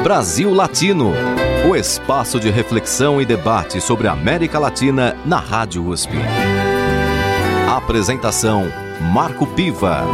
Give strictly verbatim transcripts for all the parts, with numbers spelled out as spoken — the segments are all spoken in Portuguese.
Brasil Latino, o espaço de reflexão e debate sobre a América Latina na Rádio U S P. Apresentação: Marco Piva.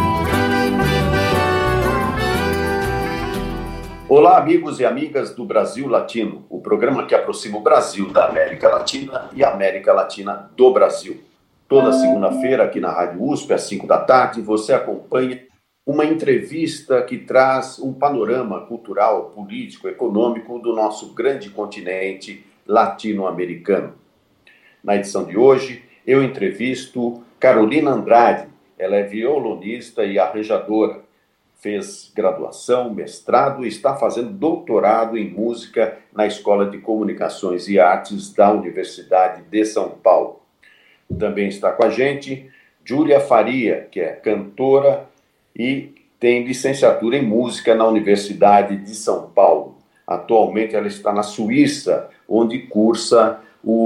Olá, amigos e amigas do Brasil Latino, o programa que aproxima o Brasil da América Latina e a América Latina do Brasil. Toda segunda-feira, aqui na Rádio U S P, às cinco da tarde, você acompanha uma entrevista que traz um panorama cultural, político, econômico do nosso grande continente latino-americano. Na edição de hoje, eu entrevisto Carolina Andrade. Ela é violonista e arranjadora. Fez graduação, mestrado e está fazendo doutorado em música na Escola de Comunicações e Artes da Universidade de São Paulo. Também está com a gente Júlia Faria, que é cantora e tem licenciatura em música na Universidade de São Paulo. Atualmente ela está na Suíça, onde cursa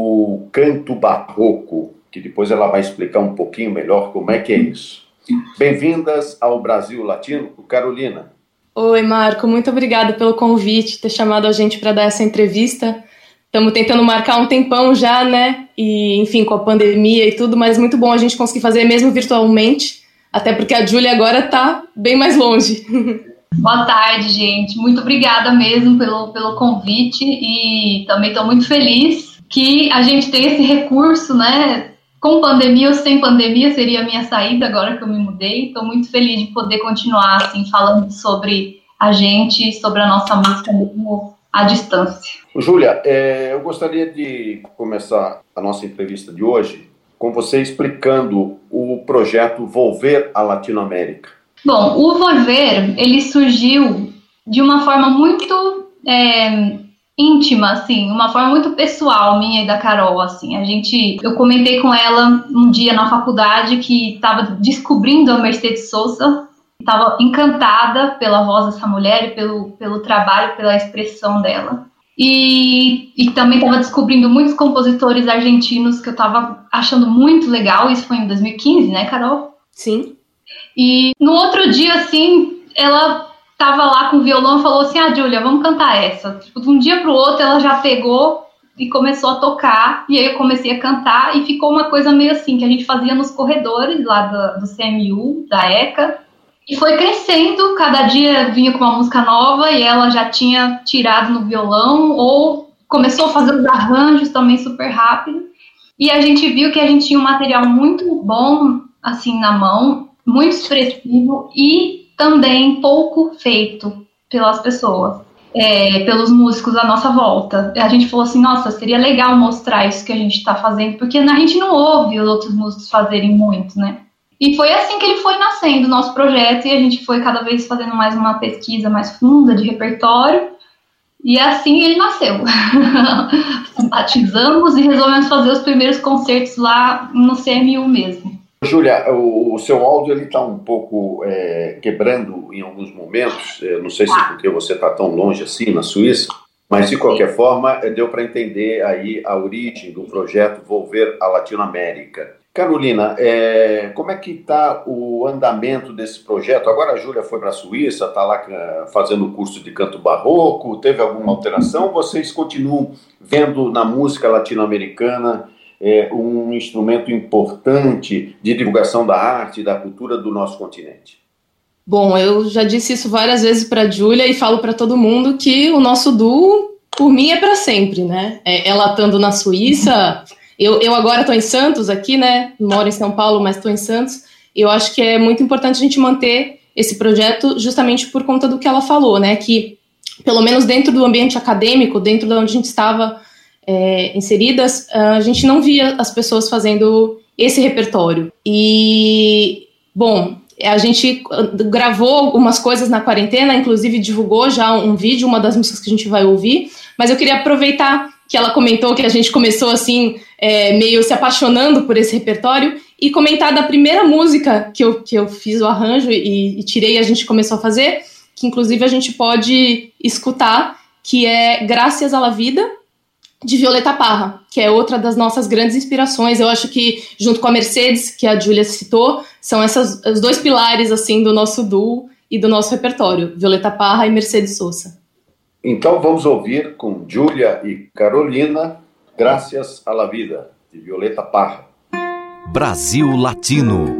o canto barroco, que depois ela vai explicar um pouquinho melhor como é que é isso. Bem-vindas ao Brasil Latino, Carolina. Oi, Marco, muito obrigada pelo convite, ter chamado a gente para dar essa entrevista. Estamos tentando marcar um tempão já, né? E, enfim, com a pandemia e tudo, mas muito bom a gente conseguir fazer mesmo virtualmente, até porque a Júlia agora está bem mais longe. Boa tarde, gente. Muito obrigada mesmo pelo, pelo convite e também estou muito feliz que a gente tem esse recurso, né? Com pandemia ou sem pandemia seria a minha saída agora que eu me mudei. Estou muito feliz de poder continuar assim, falando sobre a gente, sobre a nossa música mesmo à distância. Júlia, é, eu gostaria de começar a nossa entrevista de hoje com você explicando o projeto Volver à Latinoamérica. Bom, o Volver, ele surgiu de uma forma muito é, íntima, assim, uma forma muito pessoal, minha e da Carol, assim. A gente, eu comentei com ela um dia na faculdade que estava descobrindo a Mercedes Sosa, estava encantada pela voz dessa mulher e pelo, pelo trabalho, pela expressão dela. E, e também estava descobrindo muitos compositores argentinos que eu estava achando muito legal. Isso foi em dois mil e quinze, né, Carol? Sim. E no outro dia, assim, ela estava lá com o violão e falou assim: ah, Júlia, vamos cantar essa. Tipo, de um dia para o outro, ela já pegou e começou a tocar. E aí eu comecei a cantar e ficou uma coisa meio assim, que a gente fazia nos corredores lá do, do C M U, da ECA. E foi crescendo, cada dia vinha com uma música nova e ela já tinha tirado no violão ou começou a fazer os arranjos também super rápido. E a gente viu que a gente tinha um material muito bom, assim, na mão, muito expressivo e também pouco feito pelas pessoas, é, pelos músicos à nossa volta. A gente falou assim, nossa, seria legal mostrar isso que a gente está fazendo, porque a gente não ouve os outros músicos fazerem muito, né? E foi assim que ele foi nascendo, o nosso projeto, e a gente foi cada vez fazendo mais uma pesquisa mais funda de repertório, e assim ele nasceu. Batizamos e resolvemos fazer os primeiros concertos lá no C M U mesmo. Júlia, o, o seu áudio está um pouco é, quebrando em alguns momentos, eu não sei se é porque você está tão longe assim, na Suíça, mas de qualquer Sim. forma, deu para entender aí a origem do projeto Volver à Latinoamérica. Carolina, é, como é que está o andamento desse projeto? Agora a Júlia foi para a Suíça, está lá fazendo o curso de canto barroco, teve alguma alteração? Vocês continuam vendo na música latino-americana é, um instrumento importante de divulgação da arte e da cultura do nosso continente? Bom, eu já disse isso várias vezes para a Júlia e falo para todo mundo que o nosso duo, por mim, é para sempre, né? É, ela estando na Suíça... Eu, eu agora estou em Santos aqui, né? Moro em São Paulo, mas estou em Santos. Eu acho que é muito importante a gente manter esse projeto justamente por conta do que ela falou, né? Que, pelo menos dentro do ambiente acadêmico, dentro de onde a gente estava é, inseridas, a gente não via as pessoas fazendo esse repertório. E, bom, a gente gravou algumas coisas na quarentena, inclusive divulgou já um vídeo, uma das músicas que a gente vai ouvir, mas eu queria aproveitar que ela comentou que a gente começou assim, é, meio se apaixonando por esse repertório, e comentar da primeira música que eu, que eu fiz o arranjo e, e tirei e a gente começou a fazer, que inclusive a gente pode escutar, que é Gracias a la Vida, de Violeta Parra, que é outra das nossas grandes inspirações. Eu acho que, junto com a Mercedes, que a Júlia citou, são essas, os dois pilares assim, do nosso duo e do nosso repertório, Violeta Parra e Mercedes Sosa. Então vamos ouvir com Júlia e Carolina, Gracias a la Vida, de Violeta Parra. Brasil Latino.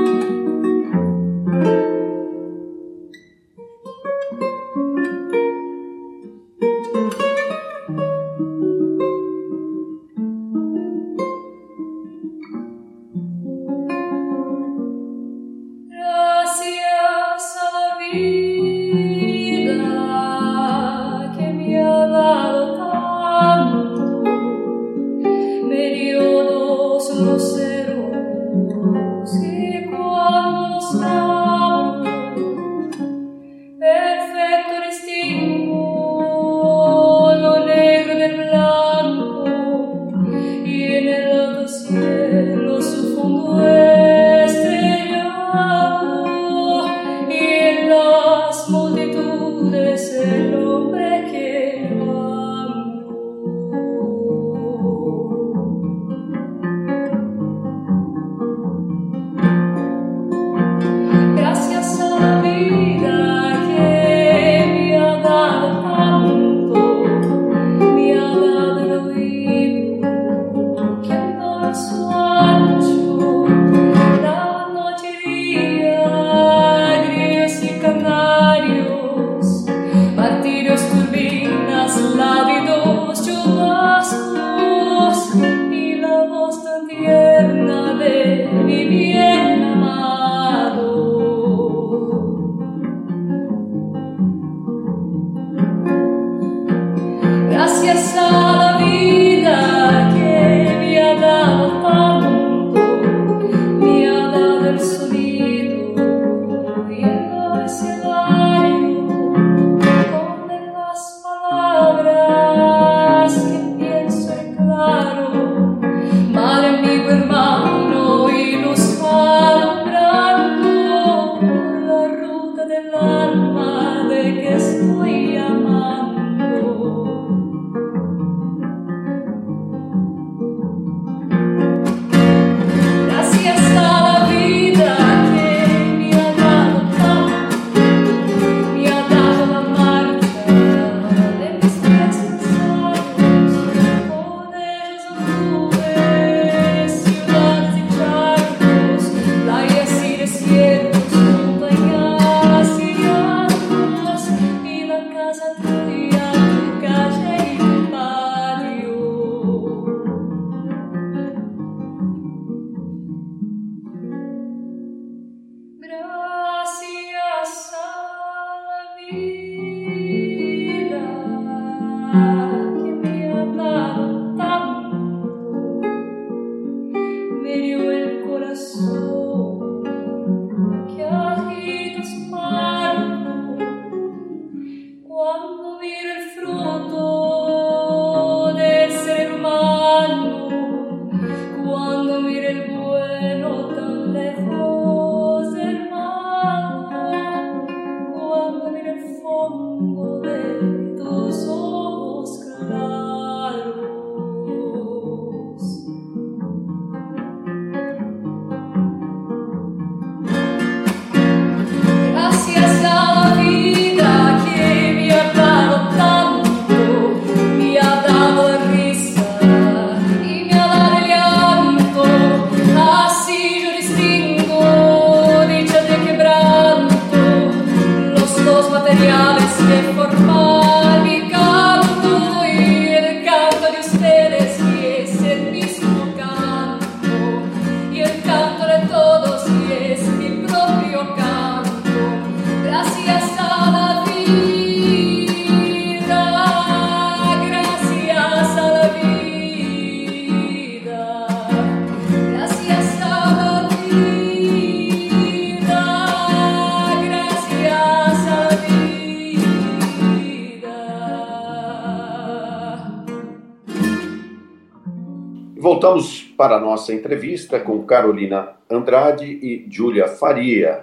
Voltamos para a nossa entrevista com Carolina Andrade e Júlia Faria.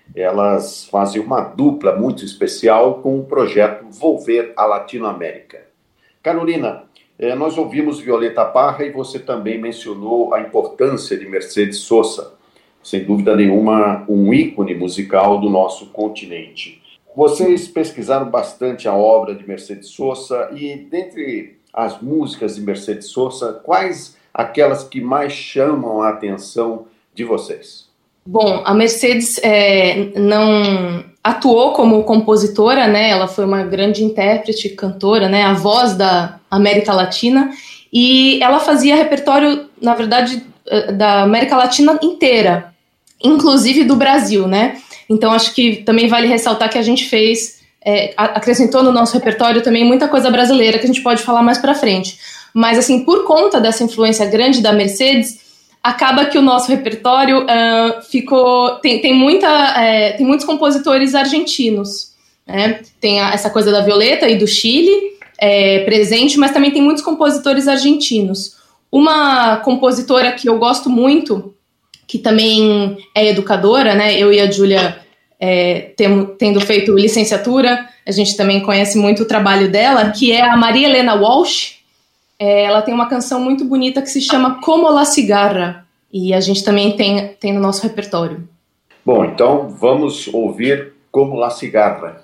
Elas fazem uma dupla muito especial com o projeto Volver a Latinoamérica. Carolina, nós ouvimos Violeta Parra e você também mencionou a importância de Mercedes Sosa, sem dúvida nenhuma um ícone musical do nosso continente. Vocês pesquisaram bastante a obra de Mercedes Sosa e, dentre as músicas de Mercedes Sosa, quais aquelas que mais chamam a atenção de vocês? Bom, a Mercedes é, não atuou como compositora, né? Ela foi uma grande intérprete, cantora, né? A voz da América Latina, e ela fazia repertório, na verdade, da América Latina inteira, inclusive do Brasil, né? Então, acho que também vale ressaltar que a gente fez, é, acrescentou no nosso repertório também muita coisa brasileira que a gente pode falar mais pra frente. Mas, assim, por conta dessa influência grande da Mercedes, acaba que o nosso repertório uh, ficou... Tem, tem, muita, é, tem muitos compositores argentinos, né? Tem a, essa coisa da Violeta e do Chile é, presente, mas também tem muitos compositores argentinos. Uma compositora que eu gosto muito, que também é educadora, né? Eu e a Júlia, é, tem, tendo feito licenciatura, a gente também conhece muito o trabalho dela, que é a Maria Helena Walsh. É, ela tem uma canção muito bonita que se chama Como la Cigarra, e a gente também tem, tem no nosso repertório. Bom, então vamos ouvir Como la Cigarra.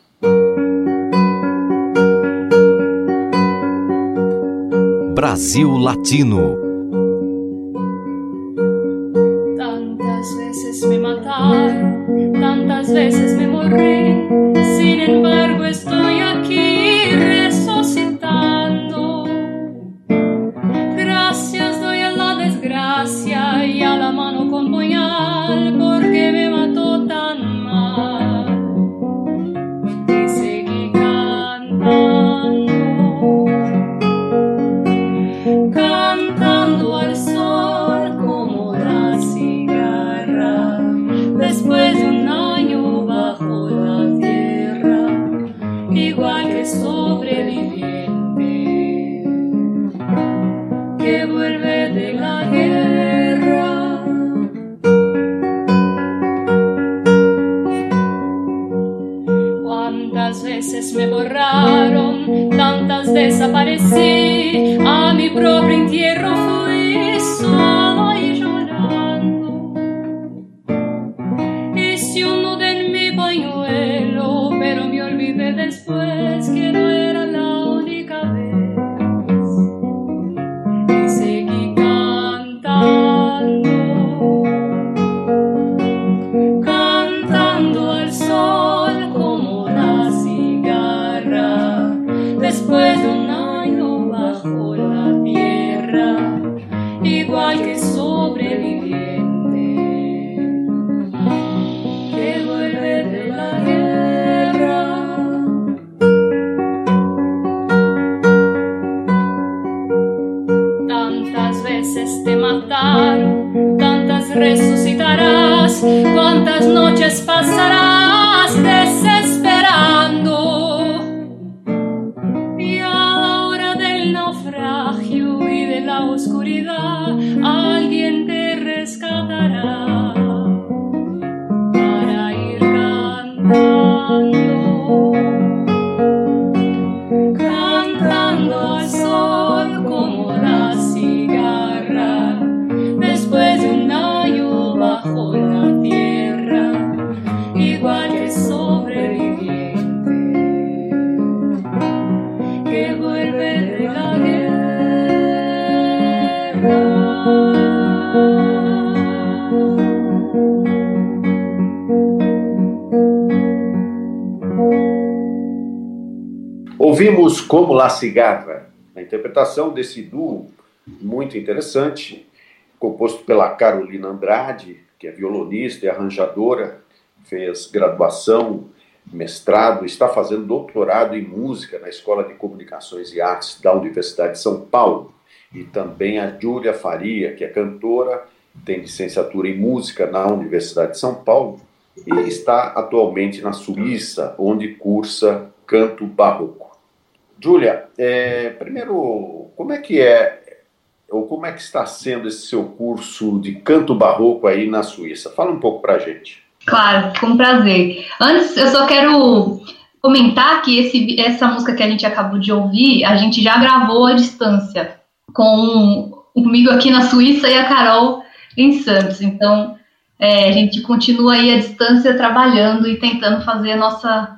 Brasil Latino. Tantas veces me mataron, tantas veces me morí, sin embargo estoy aquí resucitando. Gracias doy a la desgracia y a la mano con puñal porque me mató tan mal. Y seguí cantando, cantando al sol como la cigarra, después de un año bajo la tierra, igual que sobreviviente que vuelve de la guerra. Cuántas veces me borraron, tantas desaparecí, a mi propio entierro fui sola y llorando. Hice un nudo en mi pañuelo, pero me olvidé después que no era la única vez. Y seguí cantando, cantando al sol como la cigarra, después de un año bajo la tierra, igual que sobreviviente que vuelve de la guerra. Tantas veces te mataron, tantas resucitarás, cuántas noches pasarás desesperando. Y a la hora del naufragio y de la oscuridad, alguien te rescatará para ir cantando, cantando al sol como la cigarra, después de un año bajo la tierra, igual que sobreviviente que vuelve de la guerra. Ouvimos Como la Cigarra, a interpretação desse duo muito interessante, composto pela Carolina Andrade, que é violonista e arranjadora, fez graduação, mestrado, está fazendo doutorado em música na Escola de Comunicações e Artes da Universidade de São Paulo, e também a Júlia Faria, que é cantora, tem licenciatura em música na Universidade de São Paulo e está atualmente na Suíça, onde cursa canto barroco. Júlia, é, primeiro, como é que é, ou como é que está sendo esse seu curso de canto barroco aí na Suíça? Fala um pouco pra gente. Claro, com prazer. Antes, eu só quero comentar que esse, essa música que a gente acabou de ouvir, a gente já gravou à distância, com comigo aqui na Suíça e a Carol em Santos. Então, é, a gente continua aí à distância trabalhando e tentando fazer a nossa,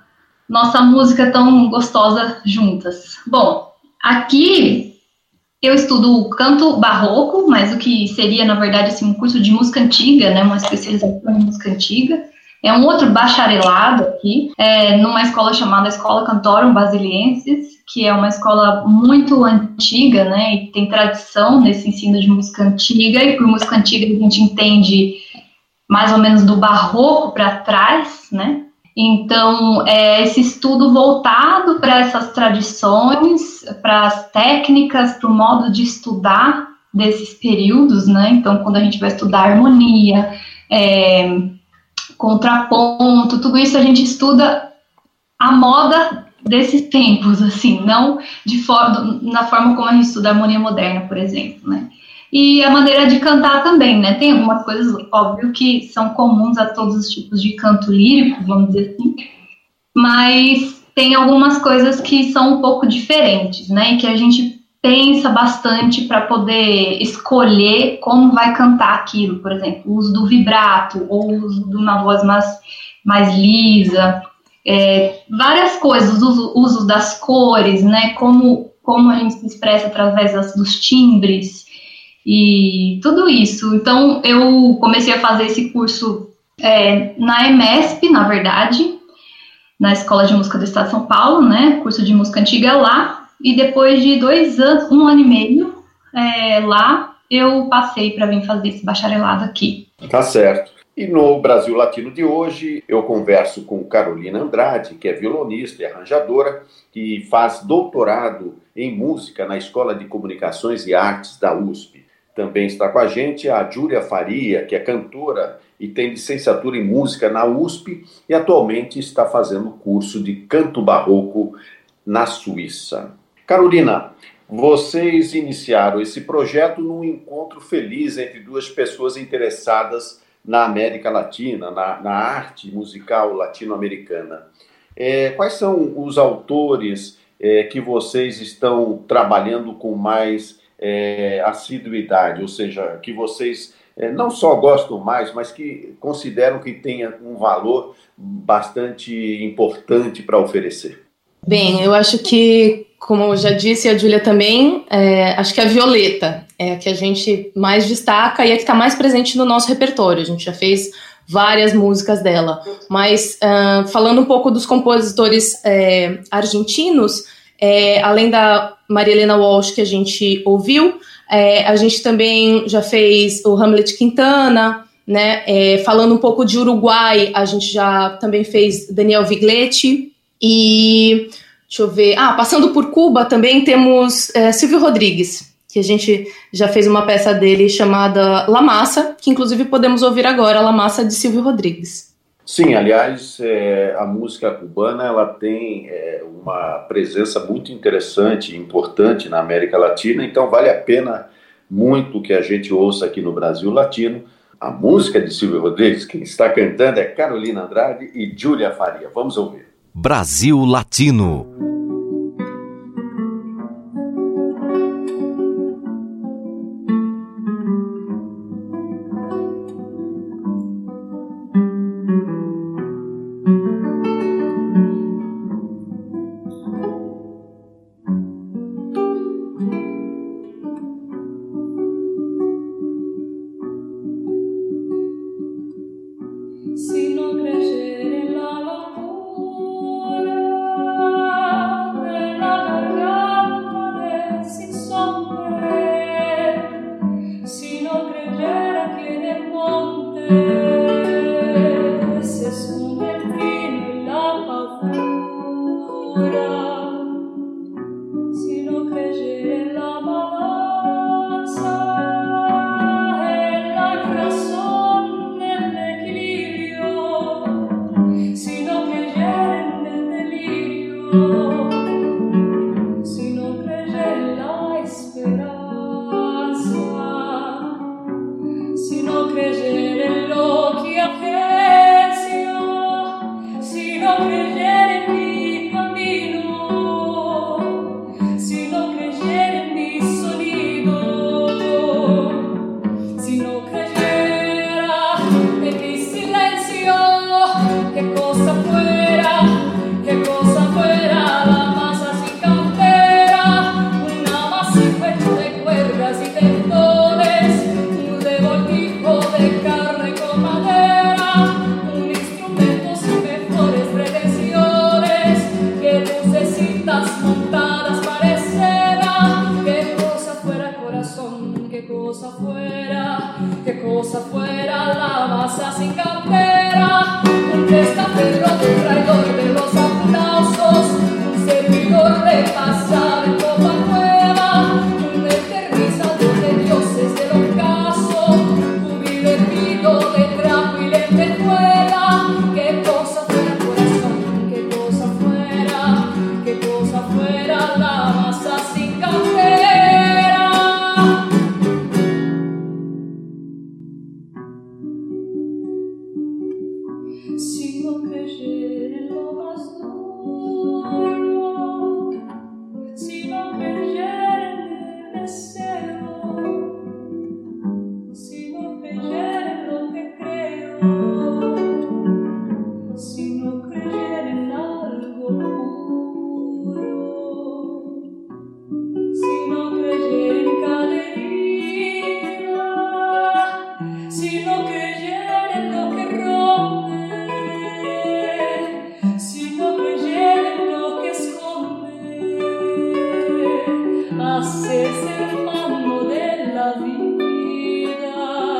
nossa música tão gostosa juntas. Bom, aqui eu estudo canto barroco, mas o que seria, na verdade, assim, um curso de música antiga, né, uma especialização em música antiga. É um outro bacharelado aqui, é, numa escola chamada Escola Cantorum Basiliensis, que é uma escola muito antiga, né, e tem tradição nesse ensino de música antiga, e por música antiga a gente entende mais ou menos do barroco para trás, né. Então, é esse estudo voltado para essas tradições, para as técnicas, para o modo de estudar desses períodos, né? Então, quando a gente vai estudar harmonia, é, contraponto, tudo isso a gente estuda a moda desses tempos, assim, não de forma, na forma como a gente estuda a harmonia moderna, por exemplo, né? E a maneira de cantar também, né? Tem algumas coisas, óbvio, que são comuns a todos os tipos de canto lírico, vamos dizer assim, mas tem algumas coisas que são um pouco diferentes, né? E que a gente pensa bastante para poder escolher como vai cantar aquilo, por exemplo, o uso do vibrato ou o uso de uma voz mais, mais lisa, é, várias coisas, o uso, uso das cores, né? Como, como a gente se expressa através das, dos timbres, e tudo isso. Então, eu comecei a fazer esse curso é, na EMESP, na verdade, na Escola de Música do Estado de São Paulo, né, curso de música antiga lá, e depois de dois anos, um ano e meio é, lá, eu passei para vir fazer esse bacharelado aqui. Tá certo. E no Brasil Latino de hoje, eu converso com Carolina Andrade, que é violonista e arranjadora, que faz doutorado em música na Escola de Comunicações e Artes da U S P. Também está com a gente a Júlia Faria, que é cantora e tem licenciatura em música na U S P e atualmente está fazendo curso de canto barroco na Suíça. Carolina, vocês iniciaram esse projeto num encontro feliz entre duas pessoas interessadas na América Latina, na, na arte musical latino-americana. É, quais são os autores é, que vocês estão trabalhando com mais É, assiduidade, ou seja, que vocês é, não só gostam mais, mas que consideram que tenha um valor bastante importante para oferecer? Bem, eu acho que, como eu já disse, a Júlia também, é, acho que a Violeta é a que a gente mais destaca e é a que está mais presente no nosso repertório. A gente já fez várias músicas dela, mas uh, falando um pouco dos compositores é, argentinos, é, além da Maria Helena Walsh, que a gente ouviu, é, a gente também já fez o Hamlet Quintana, né? É, falando um pouco de Uruguai, a gente já também fez Daniel Vigletti, e deixa eu ver, ah, passando por Cuba também temos é, Silvio Rodrigues, que a gente já fez uma peça dele chamada La Massa, que inclusive podemos ouvir agora, La Massa de Silvio Rodrigues. Sim, aliás, é, a música cubana ela tem é, uma presença muito interessante e importante na América Latina, então vale a pena muito que a gente ouça aqui no Brasil Latino a música de Silvio Rodrigues. Quem está cantando é Carolina Andrade e Júlia Faria. Vamos ouvir. Brasil Latino. Che cosa libretistas montadas parecerá. Qué cosa fuera corazón, qué cosa fuera, qué cosa fuera la masa sin cantera. Un testaferro de un traidor de los aplausos, un servidor de pasada en copa nueva, un eternizador de dioses del ocaso, un vestido de trapo y lentejuela. Qué cosa fuera corazón, qué cosa fuera, qué cosa fuera la masa sin cantera. Si no creyera en lo más duro, si no creyera en el deseo, si no creyera en lo que creo, si no creyera en algo puro, si no creyera en cada herida, si no creyera en lo que rompe, si no creyera en lo que esconde, hacerse hermano de la vida.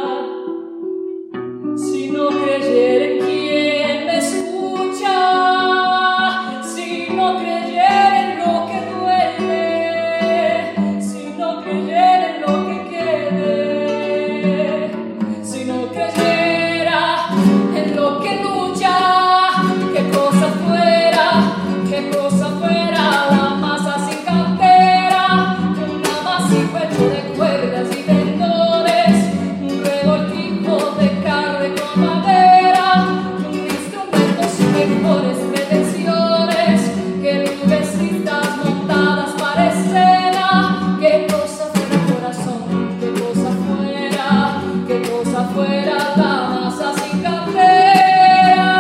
Si no creyera en quien me escucha, si no creyera en lo que duele, si no creyera en lo que quede, si no creyera en lo que lucha, qué cosa fuera, qué cosa fuera la masa sin cantera, un amasijo hecho de cuerdas y tendones, un revoltijo de carne con madera, un instrumento sin mejores pretensiones que nubecitas montadas para escena. Qué cosa fuera corazón, qué cosa fuera, qué cosa fuera la masa sin cantera.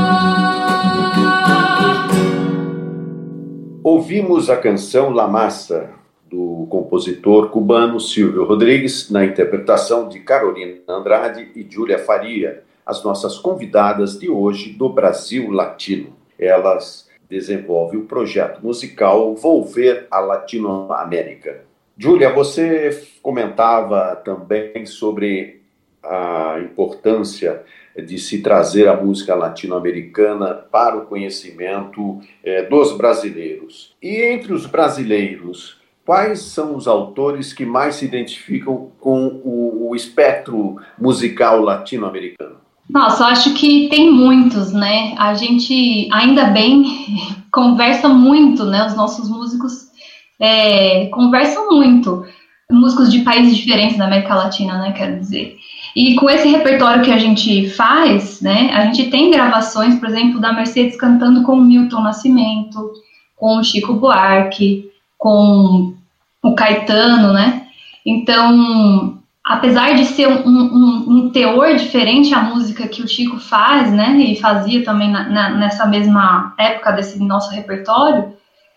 Ouvimos a canção La Massa, do compositor cubano Silvio Rodrigues, na interpretação de Carolina Andrade e Júlia Faria, as nossas convidadas de hoje do Brasil Latino. Elas desenvolvem o projeto musical Volver a Latinoamérica. Júlia, você comentava também sobre a importância de se trazer a música latino-americana para o conhecimento eh, dos brasileiros. E entre os brasileiros, quais são os autores que mais se identificam com o, o espectro musical latino-americano? Nossa, eu acho que tem muitos, né? A gente, ainda bem, conversa muito, né? Os nossos músicos é, conversam muito. Músicos de países diferentes da América Latina, né? Quero dizer. E com esse repertório que a gente faz, né? A gente tem gravações, por exemplo, da Mercedes cantando com o Milton Nascimento, com o Chico Buarque, com o Caetano, né? Então, apesar de ser um, um, um teor diferente a música que o Chico faz, né? E fazia também na, na, nessa mesma época desse nosso repertório,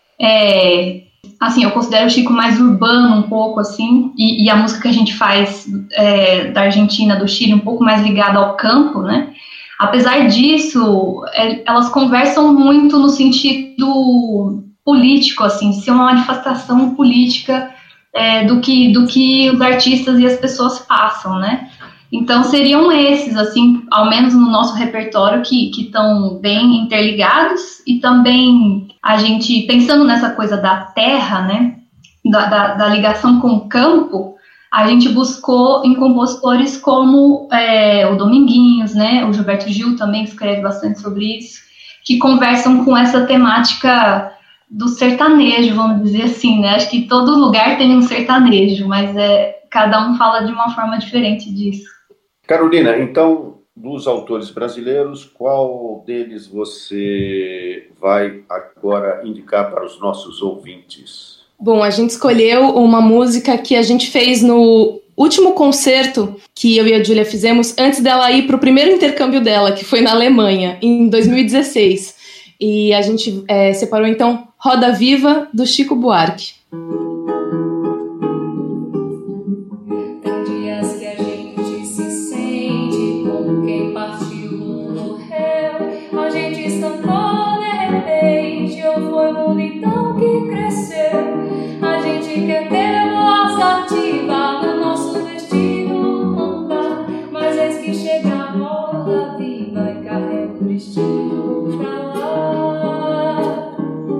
é, assim, eu considero o Chico mais urbano um pouco, assim, e, e a música que a gente faz é, da Argentina, do Chile, um pouco mais ligada ao campo, né? Apesar disso, é, elas conversam muito no sentido político, assim, de ser uma manifestação política é, do, que, do que os artistas e as pessoas passam, né? Então, seriam esses, assim, ao menos no nosso repertório, que estão bem interligados, e também a gente, pensando nessa coisa da terra, né, da, da, da ligação com o campo, a gente buscou em compositores como é, o Dominguinhos, né, o Gilberto Gil também escreve bastante sobre isso, que conversam com essa temática do sertanejo, vamos dizer assim, né? Acho que todo lugar tem um sertanejo, mas é, cada um fala de uma forma diferente disso. Carolina, então, dos autores brasileiros, qual deles você vai agora indicar para os nossos ouvintes? Bom, a gente escolheu uma música que a gente fez no último concerto que eu e a Júlia fizemos antes dela ir para o primeiro intercâmbio dela, que foi na Alemanha, em dois mil e dezesseis. E a gente é, separou, então, Roda Viva, do Chico Buarque. Tem dias que a gente se sente como quem partiu ou morreu. A gente estampou de repente, ou foi solidão que cresceu. A gente quer ter voz ativa no nosso destino mudar, mas eis que chega a roda viva e carrega o destino pra lá.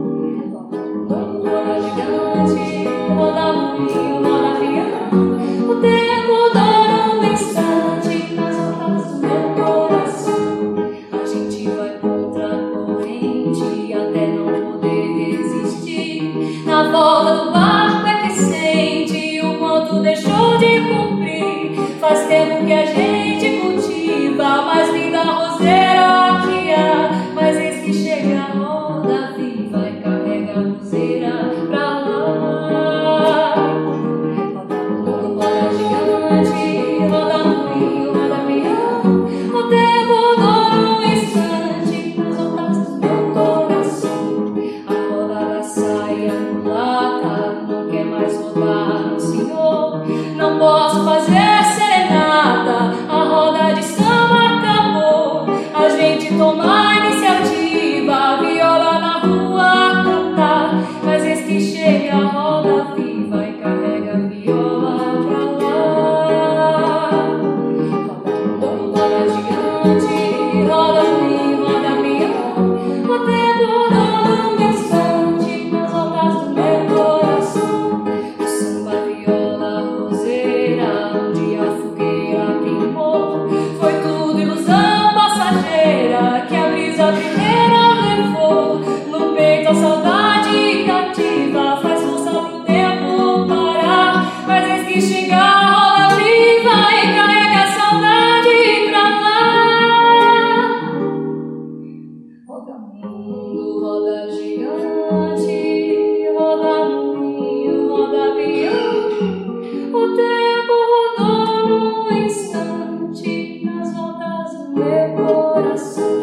Roda gigante, roda moinho, roda pião, o tempo dura um instante nas rodas do meu coração. A gente vai contra a corrente até não poder resistir. Na volta do barco é que sente o quanto deixou de cumprir. Faz tempo que a gente cultiva a mais linda roseira que há, mas eis que chega a roda viva e carrega a roseira pra lá. Roda gigante, roda moinho, roda peão, o tempo dura um instante nas ondas do meu coração. A roda da saia mulata não quer mais rodar no senhor. Não posso fazer serenata, a roda de samba acabou. A gente toma a iniciativa, a viola na rua cantar, mas eis que chega a roda viva e carrega a viola pra lá. Roda gigante, roda moinho, roda peão, o tempo dura um instante nas ondas do meu coração. O samba, viola, roseira, um dia a fogueira queimou. Foi tudo ilusão passageira que a brisa primeira levou. No peito a saudade cativa faz força pro tempo parar, mas eis que chega a roda viva e carrega a saudade pra lá. Roda mundo, roda gigante, roda moinho, roda peão, o tempo rodou num instante nas voltas do meu coração.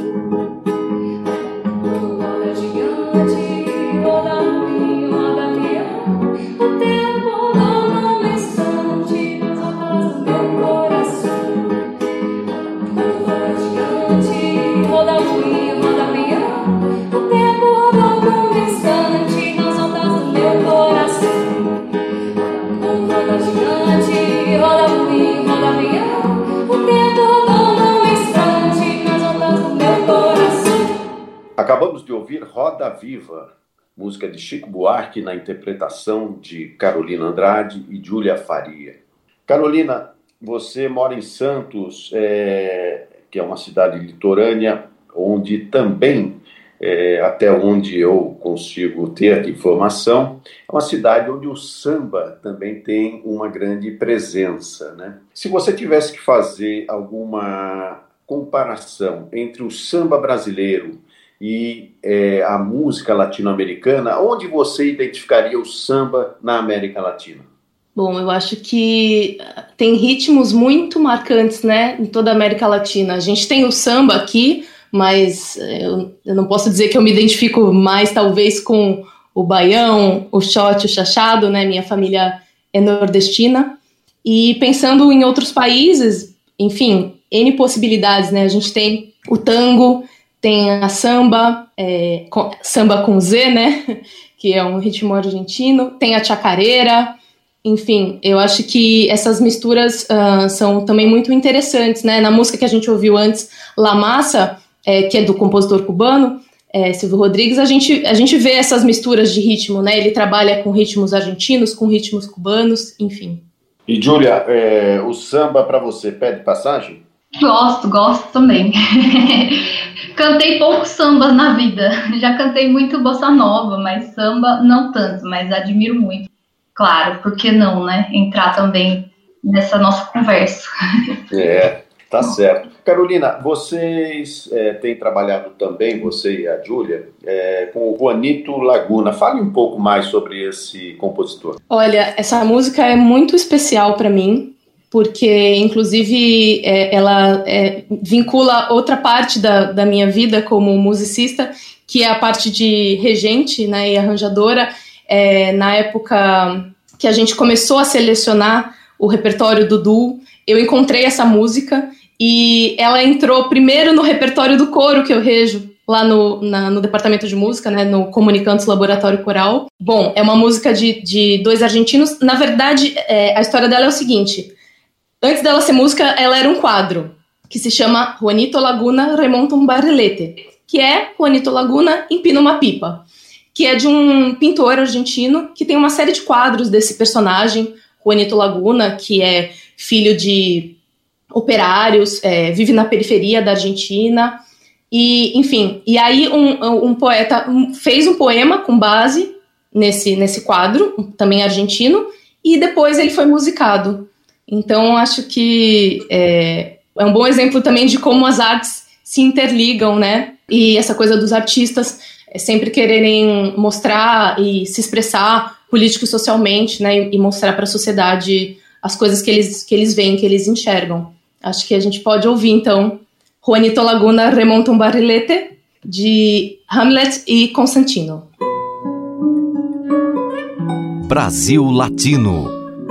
Roda gigante, roda moinho, roda peão, o tempo rodou num instante nas voltas do meu coração. Roda gigante, roda moinho, roda peão, o tempo rodou num instante nas voltas do meu coração. Roda gigante, roda moinho, roda peão, o tempo rodou num instante nas voltas do meu coração. Acabamos de ouvir Roda Viva, música de Chico Buarque na interpretação de Carolina Andrade e Júlia Faria. Carolina, você mora em Santos, é, que é uma cidade litorânea, onde também, é, até onde eu consigo ter aqui informação, é uma cidade onde o samba também tem uma grande presença, né? Se você tivesse que fazer alguma comparação entre o samba brasileiro e é, a música latino-americana, onde você identificaria o samba na América Latina? Bom, eu acho que tem ritmos muito marcantes, né, em toda a América Latina. A gente tem o samba aqui, mas eu, eu não posso dizer que eu me identifico mais, talvez, com o baião, o shot, o chachado, né, minha família é nordestina. E pensando em outros países, enfim, N possibilidades, né, a gente tem o tango, tem a samba, é, com, samba com Z, né, que é um ritmo argentino, tem a chacareira, enfim, eu acho que essas misturas uh, são também muito interessantes, né, na música que a gente ouviu antes, La Massa, é, que é do compositor cubano, é, Silvio Rodrigues, a gente, a gente vê essas misturas de ritmo, né, ele trabalha com ritmos argentinos, com ritmos cubanos, enfim. E, Júlia, é, o samba para você pede passagem? Gosto, gosto também. Cantei poucos sambas na vida. Já cantei muito bossa nova, mas samba não tanto, mas admiro muito. Claro, por que não, né? Entrar também nessa nossa conversa. É, tá certo. Carolina, vocês é, têm trabalhado também, você e a Júlia, é, com o Juanito Laguna. Fale um pouco mais sobre esse compositor. Olha, essa música é muito especial para mim, porque, inclusive, é, ela é, vincula outra parte da, da minha vida como musicista, que é a parte de regente, né, e arranjadora. É, na época que a gente começou a selecionar o repertório do duo, eu encontrei essa música e ela entrou primeiro no repertório do coro que eu rejo, lá no, na, no departamento de música, né, no Comunicantos Laboratório Coral. Bom, é uma música de, de dois argentinos. Na verdade, é, a história dela é o seguinte. Antes dela ser música, ela era um quadro, que se chama Juanito Laguna Remonta um Barrilete, que é Juanito Laguna empina uma pipa, que é de um pintor argentino que tem uma série de quadros desse personagem, Juanito Laguna, que é filho de operários, é, vive na periferia da Argentina, e, enfim, e aí um, um poeta fez um poema com base nesse, nesse quadro, também argentino, e depois ele foi musicado. Então, acho que é, é um bom exemplo também de como as artes se interligam, né? E essa coisa dos artistas sempre quererem mostrar e se expressar político e socialmente, né? E mostrar para a sociedade as coisas que eles, que eles veem, que eles enxergam. Acho que a gente pode ouvir, então, Juanito Laguna Remonta um Barrilete, de Hamlet e Constantino. Brasil Latino.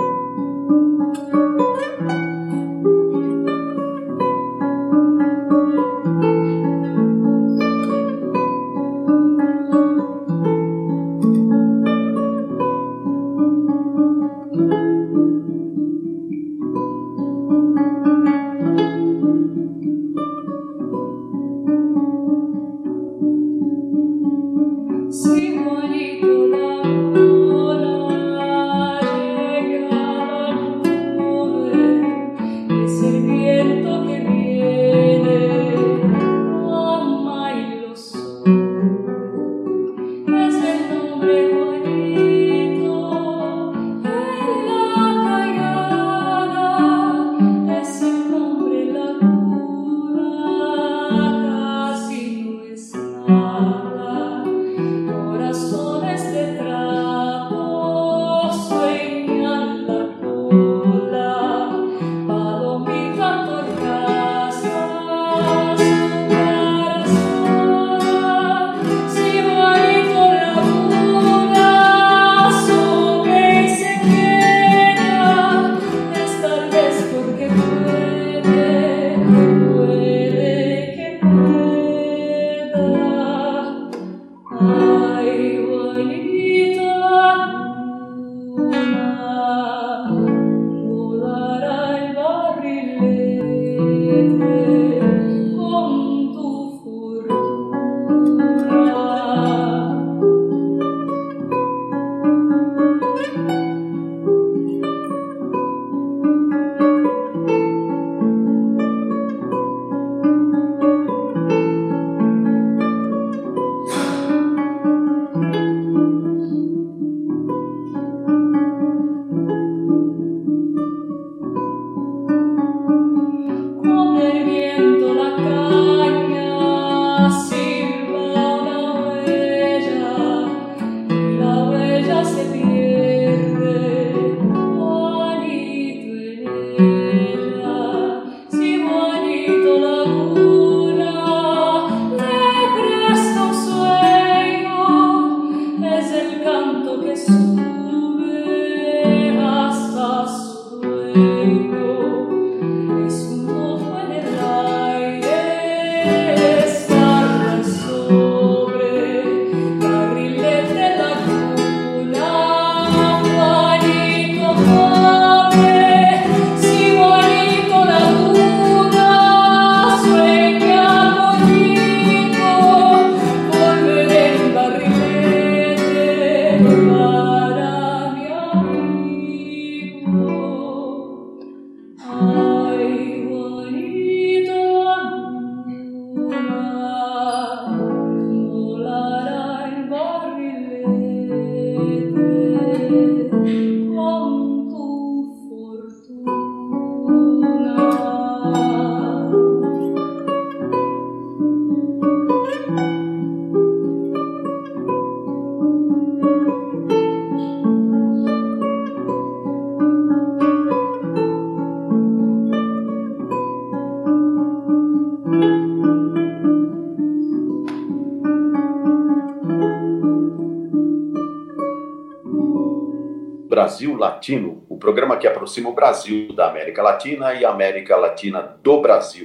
Brasil Latino, o programa que aproxima o Brasil da América Latina e a América Latina do Brasil.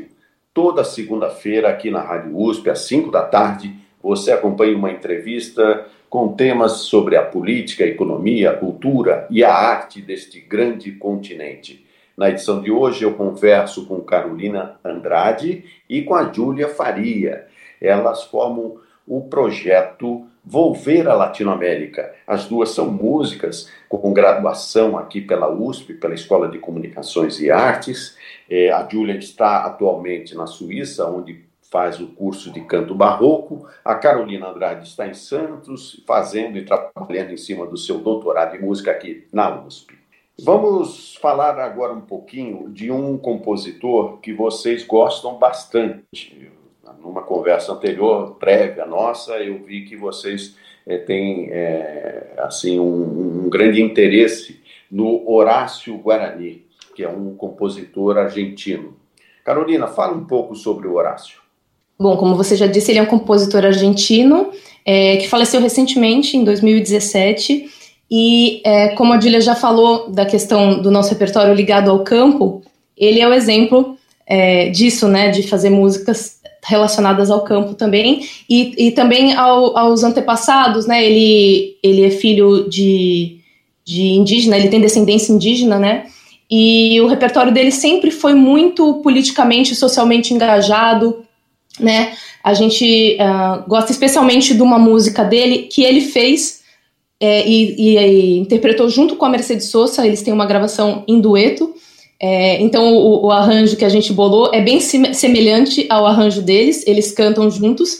toda segunda-feira aqui na Rádio U S P, às cinco da tarde, você acompanha uma entrevista com temas sobre a política, a economia, a cultura e a arte deste grande continente. Na edição de hoje eu converso com Carolina Andrade e com a Júlia Faria. Elas formam o projeto Volver à Latinoamérica. As duas são músicas com graduação aqui pela U S P, pela Escola de Comunicações e Artes. É, a Júlia está atualmente na Suíça, onde faz o curso de canto barroco. A Carolina Andrade está em Santos, fazendo e trabalhando em cima do seu doutorado em música aqui na U S P. Vamos falar agora um pouquinho de um compositor que vocês gostam bastante. Numa conversa anterior, prévia nossa, eu vi que vocês é, têm é, assim, um, um grande interesse no Horácio Guarani, que é um compositor argentino. Carolina, fala um pouco sobre o Horácio. Bom, como você já disse, ele é um compositor argentino é, que faleceu recentemente, em dois mil e dezessete, e é, como a Júlia já falou da questão do nosso repertório ligado ao campo, ele é o exemplo é, disso, né, de fazer músicas relacionadas ao campo também, e, e também ao, aos antepassados, né, ele, ele é filho de, de indígena, ele tem descendência indígena, né, e o repertório dele sempre foi muito politicamente e socialmente engajado, né, a gente uh, gosta especialmente de uma música dele, que ele fez é, e, e, e interpretou junto com a Mercedes Sosa, eles têm uma gravação em dueto. É, então o, o arranjo que a gente bolou é bem sim, semelhante ao arranjo deles, eles cantam juntos,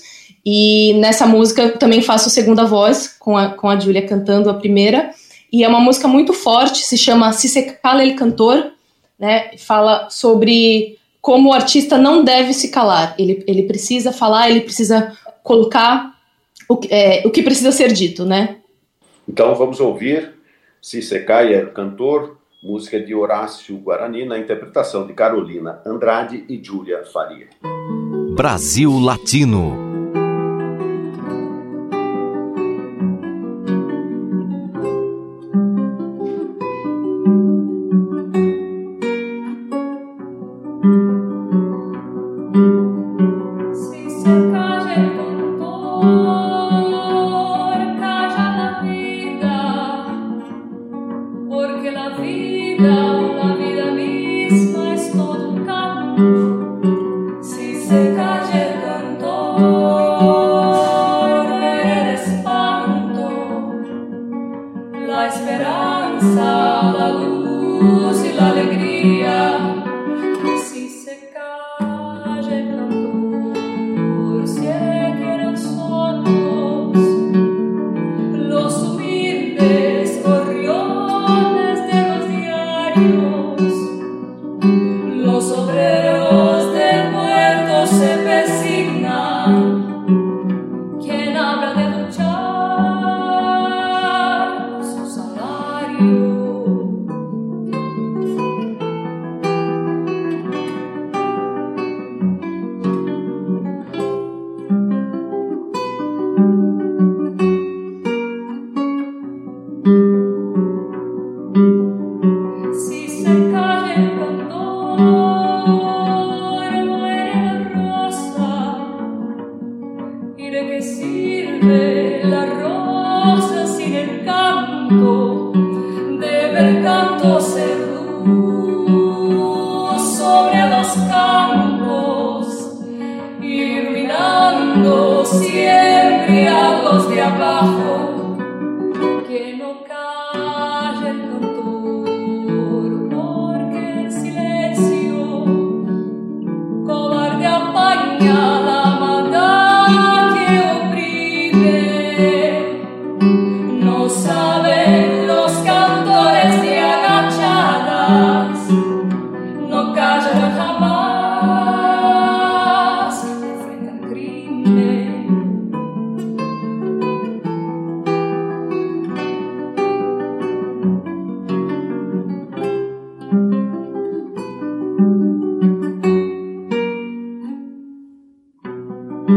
e nessa música eu também faço segunda voz, com a, com a Júlia cantando a primeira, e é uma música muito forte, se chama Si se cala el cantor, né, fala sobre como o artista não deve se calar, ele, ele precisa falar, ele precisa colocar o, é, o que precisa ser dito, né? Então vamos ouvir Si se cala el cantor, música de Horácio Guarani, na interpretação de Carolina Andrade e Júlia Faria. Brasil Latino.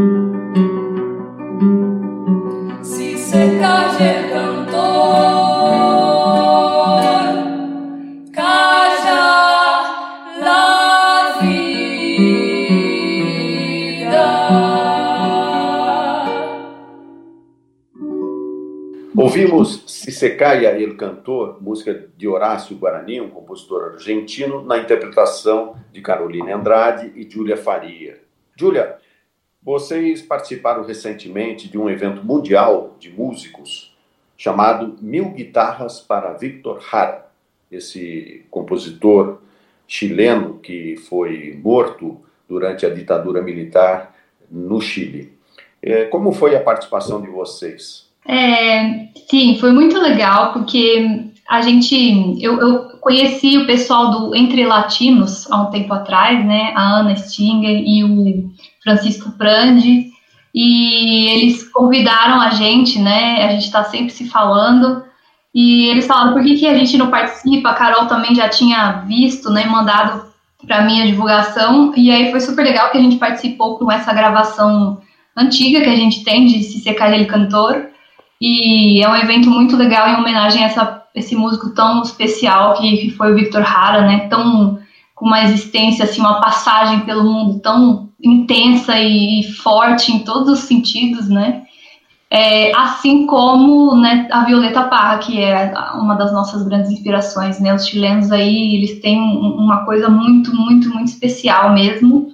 Si se calla el cantor Ouvimos Se Se Caia El Cantor, música de Horácio Guarani, um compositor argentino, na interpretação de Carolina Andrade e Júlia Faria. Júlia, vocês participaram recentemente de um evento mundial de músicos chamado Mil Guitarras para Víctor Jara, esse compositor chileno que foi morto durante a ditadura militar no Chile. Como foi a participação de vocês? É, sim, foi muito legal, porque a gente, eu, eu conheci o pessoal do Entre Latinos há um tempo atrás, né, a Ana Stinger e o Francisco Prandi, e eles convidaram a gente, né, a gente está sempre se falando, e eles falaram, por que, que a gente não participa? A Carol também já tinha visto, né, mandado para mim a divulgação, e aí foi super legal que a gente participou com essa gravação antiga que a gente tem de Se Se Caia El Cantor, e é um evento muito legal em homenagem a essa, esse músico tão especial que, que foi o Víctor Jara, né, tão, com uma existência, assim, uma passagem pelo mundo tão intensa e, e forte em todos os sentidos, né, é, assim como, né, a Violeta Parra, que é uma das nossas grandes inspirações, né, os chilenos aí, eles têm uma coisa muito, muito, muito especial mesmo,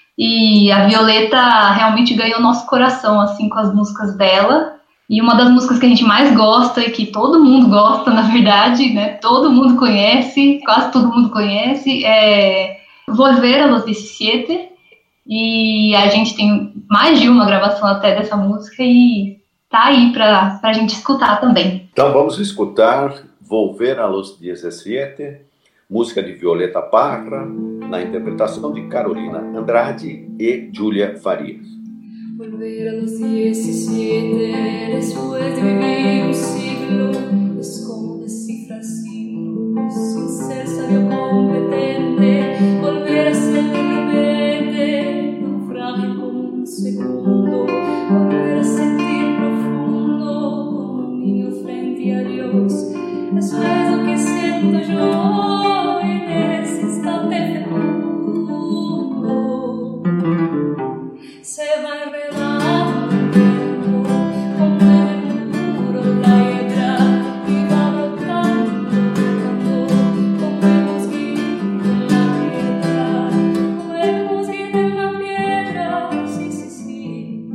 e a Violeta realmente ganhou nosso coração, assim, com as músicas dela. E uma das músicas que a gente mais gosta e que todo mundo gosta, na verdade, né, todo mundo conhece, quase todo mundo conhece, é Volver a los diecisiete, e a gente tem mais de uma gravação até dessa música e tá aí pra, pra gente escutar também. Então vamos escutar Volver a los diecisiete, música de Violeta Parra, na interpretação de Carolina Andrade e Júlia Farias. Volver a los diecisiete, después de vivir un siglo, es como descifrar signos, sin ser sabio competente, volver a ser de repente, naufragio como un segundo, volver a sentir profundo, como un niño frente a Dios, eso es lo que siento yo en ese instante fecundo. Se va enredando como en el muro la hiedra y va brotando, brotando como el mosquito en la piedra, como el mosquito en la piedra, sí, sí, sí.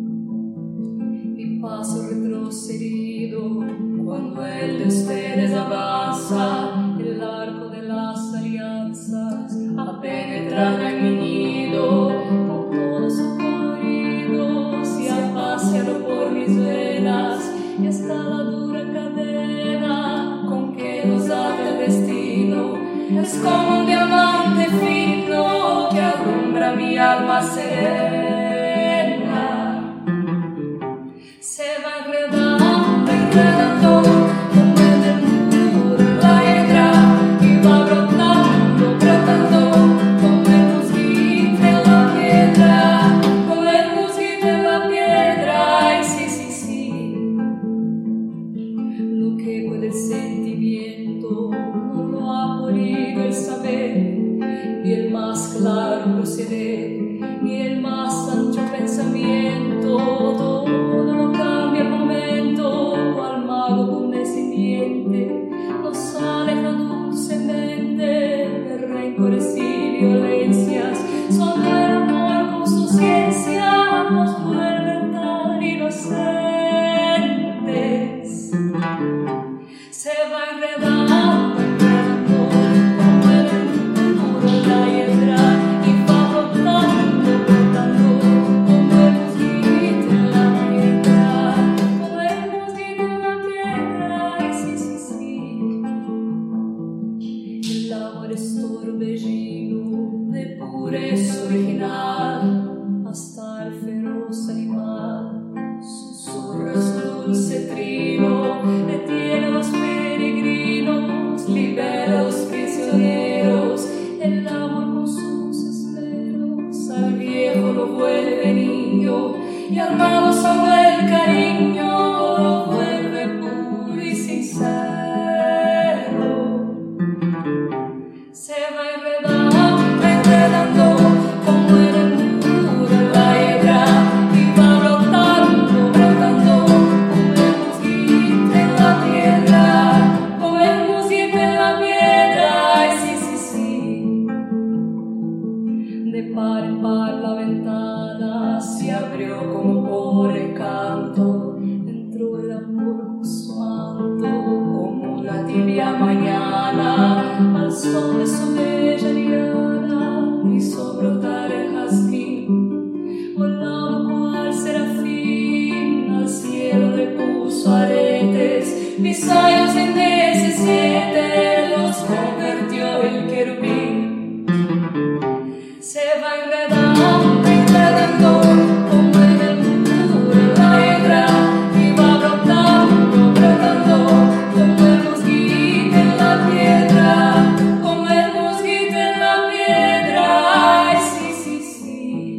Mi paso retrocedido cuando el de ustedes avanza, el arco de las alianzas ha penetrado en mi nido, con todo su paseado por mis venas y hasta la dura cadena con que nos ata el destino es como un diamante fino que alumbra mi alma serena. Se va enredando, enredando como en el muro la hiedra y va brotando, brotando como el mosquito en la piedra, como el mosquito en la piedra. Sí, sí, sí. Lo que puede el sentimiento no lo ha podido el saber, ni el más claro proceder, ni el más ancho pensamiento. Todo lo cambia al momento, cual mago condescendiente nos aleja dulcemente de rencores y violencias. Solo el amor con su ciencia nos vuelve tan inocentes. Se va enredando, enredando como el muro la hiedra y va brotando, brotando como el mosquito en la piedra, como el mosquito en la piedra. Y sí, sí, sí. El amor es torbellino de pureza original, hasta el feroz animal susurra su dulce trino, detiene a los peregrinos, libera a los prisioneros. El amor con sus esmeros al viejo lo vuelve niño y al malo sobre el cariño lo vuelve puro y sincero. Se va enredando, enredando como en el muro la hiedra y va brotando, brotando como el mosquito en mañana, al sol de su bella liana, hizo brotar el jazmín, volaba cual serafín, al cielo le puso aretes, mis años en diecisiete los convirtió el querubín. Se va enredando, enredando, como en el muro la hidra, y va brotando, brotando, como el mosquito en la piedra, como el mosquito en la piedra, ay, sí, sí, sí.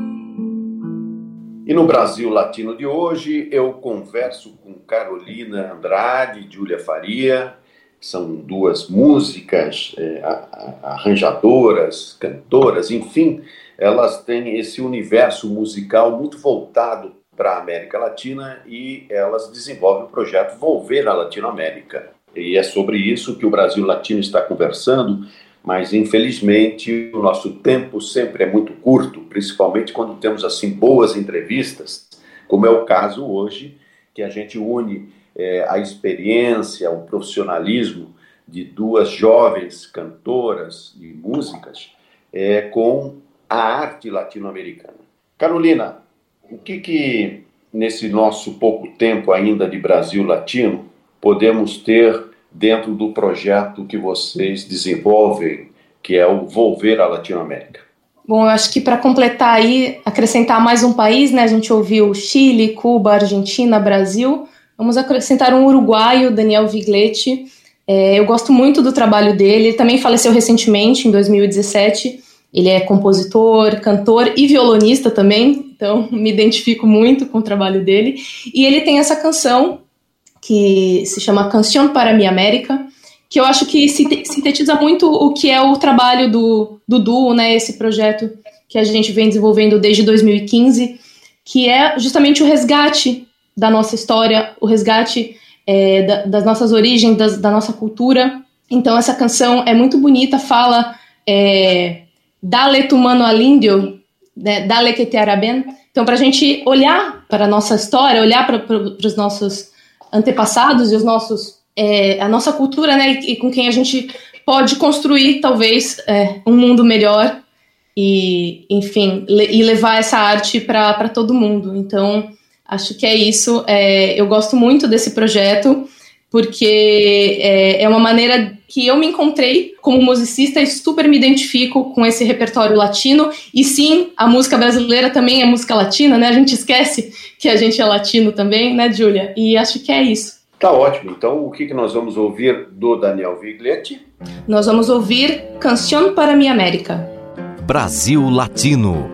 E no Brasil Latino de hoje, eu converso com Carolina Andrade e Júlia Faria. São duas músicas, é, arranjadoras, cantoras, enfim, elas têm esse universo musical muito voltado para a América Latina e elas desenvolvem o projeto Volver à Latinoamérica. E é sobre isso que o Brasil Latino está conversando, mas infelizmente o nosso tempo sempre é muito curto, principalmente quando temos assim boas entrevistas, como é o caso hoje, que a gente une É, a experiência, o profissionalismo de duas jovens cantoras de músicas é, com a arte latino-americana. Carolina, o que que nesse nosso pouco tempo ainda de Brasil Latino podemos ter dentro do projeto que vocês desenvolvem, que é o Volver à Latinoamérica? Bom, eu acho que para completar aí, acrescentar mais um país, né? A gente ouviu Chile, Cuba, Argentina, Brasil. Vamos acrescentar um uruguaio, Daniel Viglietti. É, eu gosto muito do trabalho dele. Ele também faleceu recentemente, em dois mil e dezessete. Ele é compositor, cantor e violonista também, então me identifico muito com o trabalho dele. E ele tem essa canção que se chama Canción para mi América, que eu acho que sintetiza muito o que é o trabalho do, do duo, né, esse projeto que a gente vem desenvolvendo desde dois mil e quinze, que é justamente o resgate da nossa história, o resgate é, da, das nossas origens, das, da nossa cultura. Então essa canção é muito bonita, fala é, Dale tu mano al indio, né, Dale que te hará bien. Então para a gente olhar para a nossa história, olhar para os nossos antepassados e os nossos, é, a nossa cultura, né, e, e com quem a gente pode construir talvez é, um mundo melhor e, enfim, le, e levar essa arte para todo mundo. Então acho que é isso. É, eu gosto muito desse projeto, porque é, é uma maneira que eu me encontrei como musicista e super me identifico com esse repertório latino. E sim, a música brasileira também é música latina, né? A gente esquece que a gente é latino também, né, Júlia? E acho que é isso. Tá ótimo. Então, o que, que nós vamos ouvir do Daniel Viglietti? Nós vamos ouvir Canción para mi América. Brasil Latino.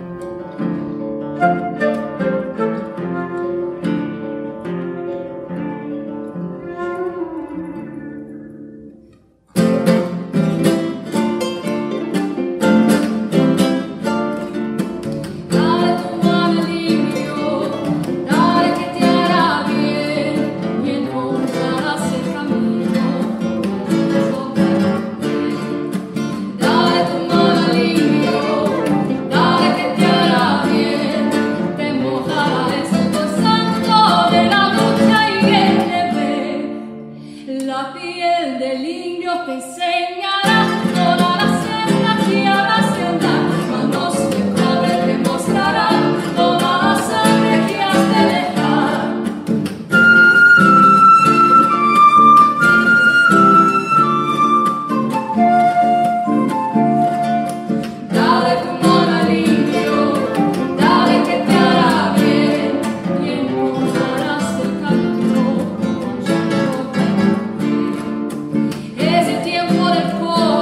Ese tiempo del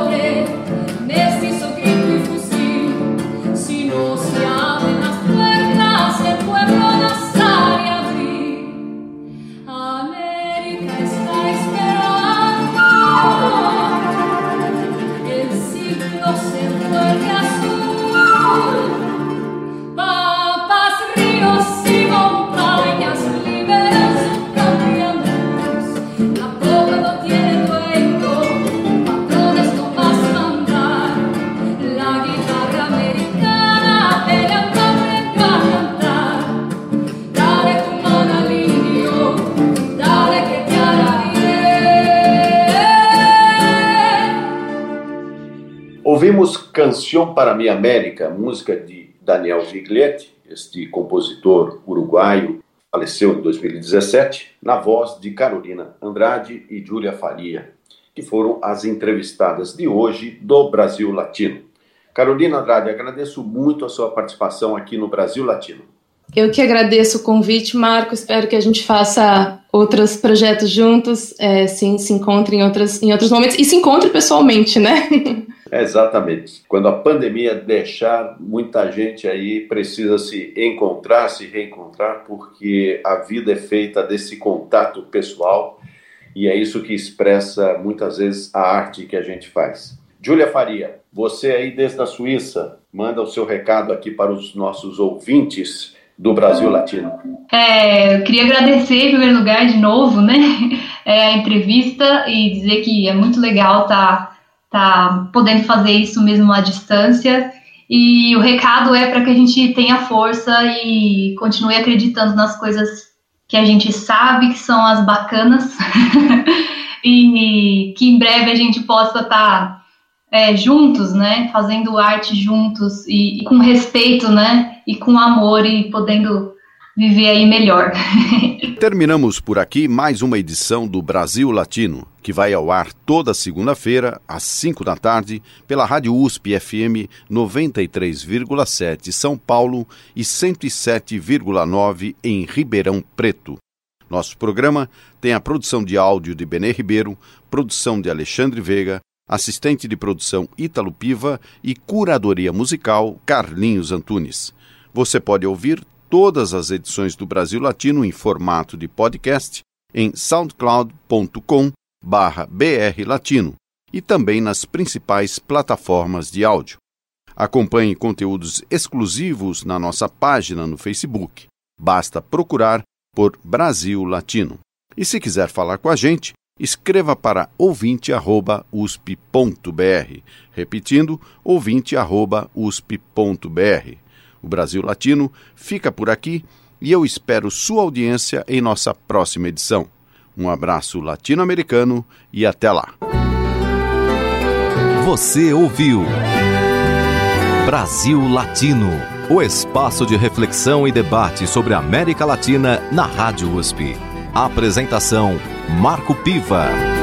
Ouvimos Canção para Minha América, música de Daniel Viglietti, este compositor uruguaio, faleceu em dois mil e dezessete, na voz de Carolina Andrade e Júlia Faria, que foram as entrevistadas de hoje do Brasil Latino. Carolina Andrade, agradeço muito a sua participação aqui no Brasil Latino. Eu que agradeço o convite, Marco. Espero que a gente faça outros projetos juntos, é, sim, se encontre em, outras, em outros momentos e se encontre pessoalmente, né? Exatamente. Quando a pandemia deixar, muita gente aí precisa se encontrar, se reencontrar, porque a vida é feita desse contato pessoal e é isso que expressa muitas vezes a arte que a gente faz. Júlia Faria, você aí desde a Suíça, manda o seu recado aqui para os nossos ouvintes do Brasil Latino. É, eu queria agradecer, em primeiro lugar, de novo, né, é, a entrevista e dizer que é muito legal estar tá, tá podendo fazer isso mesmo à distância. E o recado é para que a gente tenha força e continue acreditando nas coisas que a gente sabe que são as bacanas e que em breve a gente possa estar tá, é, juntos, né, fazendo arte juntos e, e com respeito, né, e com amor e podendo viver aí melhor. Terminamos por aqui mais uma edição do Brasil Latino, que vai ao ar toda segunda-feira, às cinco da tarde, pela Rádio U S P F M noventa e três vírgula sete São Paulo e cento e sete vírgula nove em Ribeirão Preto. Nosso programa tem a produção de áudio de Benê Ribeiro, produção de Alexandre Veiga, assistente de produção Ítalo Piva e curadoria musical Carlinhos Antunes. Você pode ouvir todas as edições do Brasil Latino em formato de podcast em soundcloud ponto com barra br latino e também nas principais plataformas de áudio. Acompanhe conteúdos exclusivos na nossa página no Facebook. Basta procurar por Brasil Latino. E se quiser falar com a gente, escreva para ouvinte arroba usp ponto br. Repetindo, ouvinte arroba usp ponto br. O Brasil Latino fica por aqui e eu espero sua audiência em nossa próxima edição. Um abraço latino-americano e até lá. Você ouviu Brasil Latino, o espaço de reflexão e debate sobre a América Latina na Rádio U S P. Apresentação: Marco Piva.